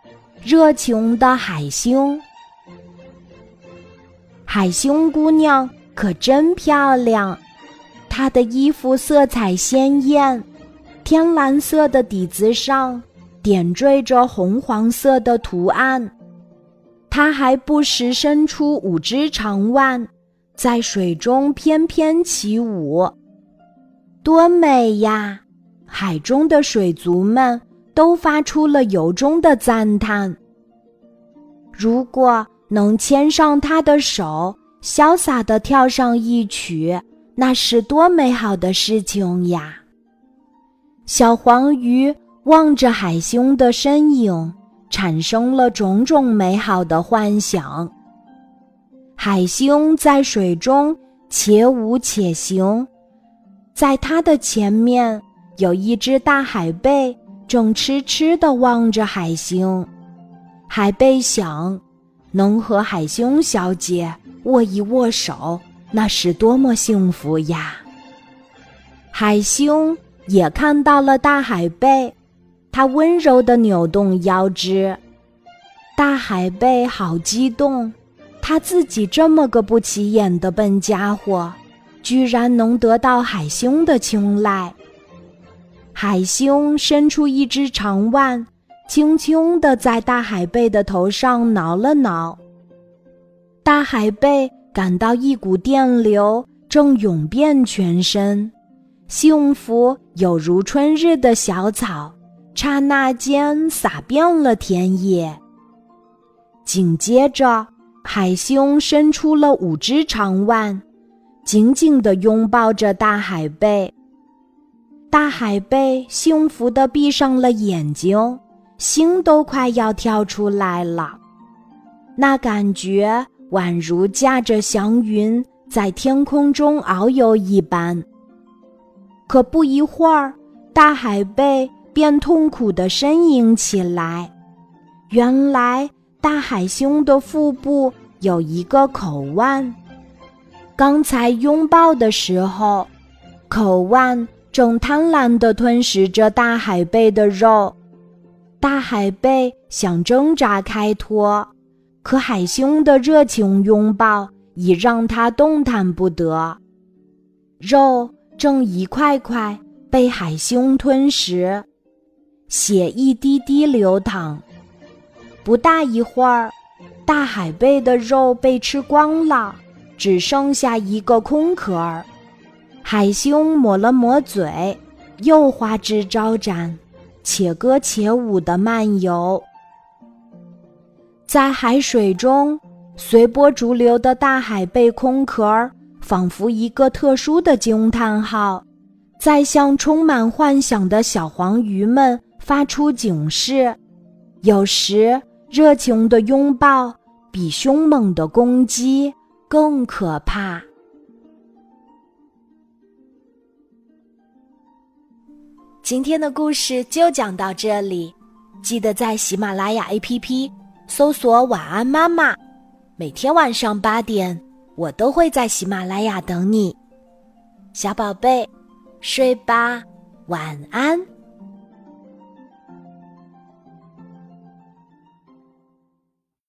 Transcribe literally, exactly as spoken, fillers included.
热情的海星。海星姑娘可真漂亮，她的衣服色彩鲜艳，天蓝色的底子上点缀着红黄色的图案。她还不时伸出五只长腕，在水中翩翩起舞。多美呀！海中的水族们都发出了由衷的赞叹。如果能牵上她的手，潇洒地跳上一曲，那是多美好的事情呀！小黄鱼望着海星的身影，产生了种种美好的幻想。海星在水中且舞且行，在它的前面有一只大海贝，正痴痴地望着海星。海贝想，能和海星小姐握一握手，那是多么幸福呀！海星也看到了大海贝，它温柔地扭动腰肢。大海贝好激动，他自己这么个不起眼的笨家伙，居然能得到海星的青睐。海星伸出一只长腕，轻轻地在大海贝的头上挠了挠。大海贝感到一股电流正涌遍全身，幸福有如春日的小草，刹那间洒遍了田野。紧接着，海星伸出了五只长腕，紧紧地拥抱着大海贝。大海贝幸福地闭上了眼睛，心都快要跳出来了。那感觉宛如驾着祥云在天空中遨游一般。可不一会儿，大海贝便痛苦地呻吟起来。原来大海星的腹部有一个口腕，刚才拥抱的时候，口腕正贪婪地吞食着大海贝的肉。大海贝想挣扎开脱，可海星的热情拥抱已让它动弹不得。肉正一块块被海星吞食，血一滴滴流淌。不大一会儿，大海贝的肉被吃光了，只剩下一个空壳儿。海星抹了抹嘴，又花枝招展，且歌且舞地漫游。在海水中随波逐流的大海贝空壳儿仿佛一个特殊的惊叹号，在向充满幻想的小黄鱼们发出警示。有时热情的拥抱比凶猛的攻击更可怕。今天的故事就讲到这里，记得在喜马拉雅 A P P 搜索晚安妈妈，每天晚上八点，我都会在喜马拉雅等你。小宝贝，睡吧，晚安。